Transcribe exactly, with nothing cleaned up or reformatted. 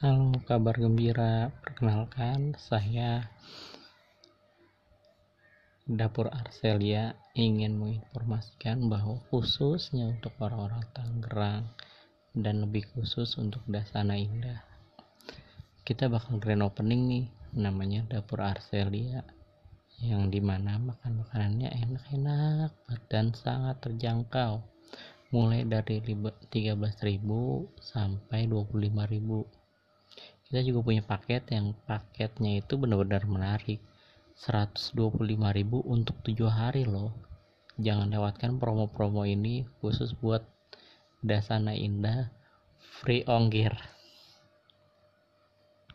Halo, kabar gembira. Perkenalkan, saya Dapur Arselia ingin menginformasikan bahwa khususnya untuk orang-orang Tangerang dan lebih khusus untuk Dasana Indah, kita bakal grand opening nih, namanya Dapur Arselia, yang dimana makan makanannya enak-enak dan sangat terjangkau, mulai dari tiga belas ribu sampai dua puluh lima ribu. Kita juga punya paket yang paketnya itu benar-benar menarik, seratus dua puluh lima ribu untuk tujuh hari loh. Jangan lewatkan promo-promo ini, khusus buat Dasana Indah, free ongkir.